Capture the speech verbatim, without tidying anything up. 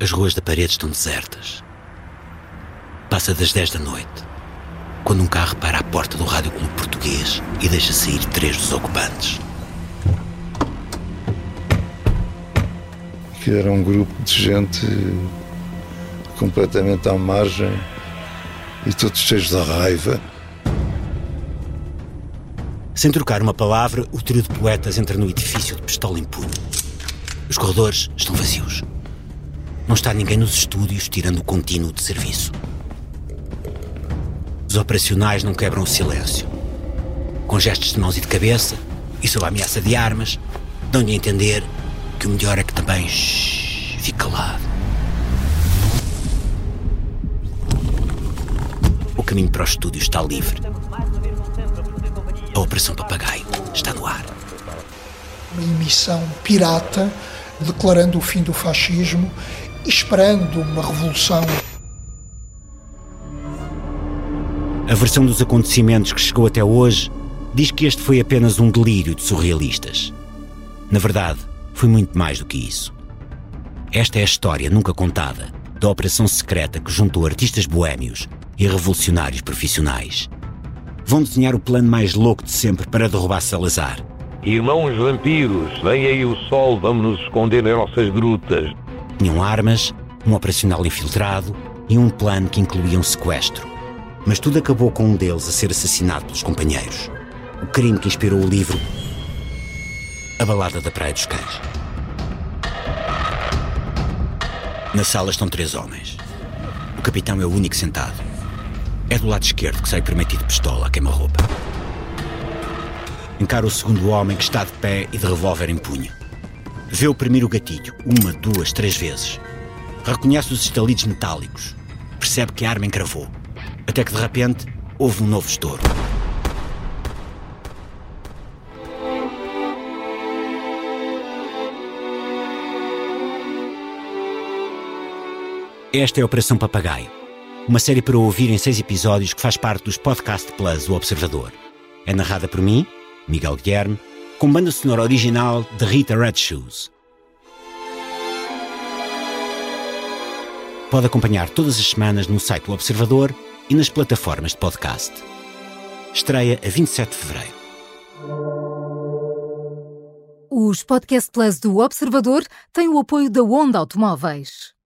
As ruas da parede estão desertas. Passa das dez da noite, quando um carro para à porta do Rádio Clube Português e deixa sair três dos ocupantes. Que era um grupo de gente completamente à margem e todos cheios de raiva. Sem trocar uma palavra, o trio de poetas entra no edifício de pistola em punho. Os corredores estão vazios. Não está ninguém nos estúdios tirando o contínuo de serviço. Os operacionais não quebram o silêncio. Com gestos de mãos e de cabeça, e sob a ameaça de armas, dão-lhe a entender que o melhor é que também shhh, fique calado. O caminho para o estúdio está livre. A Operação Papagaio está no ar. Uma emissão pirata declarando o fim do fascismo e esperando uma revolução. A versão dos acontecimentos que chegou até hoje diz que este foi apenas um delírio de surrealistas. Na verdade, foi muito mais do que isso. Esta é a história nunca contada da operação secreta que juntou artistas boémios e revolucionários profissionais. Vão desenhar o plano mais louco de sempre para derrubar Salazar. Irmãos vampiros, vem aí o sol, vamos nos esconder nas nossas grutas. Tinham armas, um operacional infiltrado e um plano que incluía um sequestro. Mas tudo acabou com um deles a ser assassinado pelos companheiros. O crime que inspirou o livro A Balada da Praia dos Cães. Na sala estão três homens. O capitão é o único sentado. É do lado esquerdo que sai o primeiro tiro de pistola a queima-roupa. Encara o segundo homem que está de pé e de revólver em punho. Vê o primeiro gatilho, uma, duas, três vezes. Reconhece os estalidos metálicos. Percebe que a arma encravou. Até que, de repente, houve um novo estouro. Esta é a Operação Papagaio, uma série para ouvir em seis episódios que faz parte dos Podcast Plus do Observador. É narrada por mim, Miguel Guilherme, com banda sonora original de Rita Red Shoes. Pode acompanhar todas as semanas no site do Observador e nas plataformas de podcast. Estreia a vinte e sete de fevereiro. Os Podcast Plus do Observador têm o apoio da Onda Automóveis.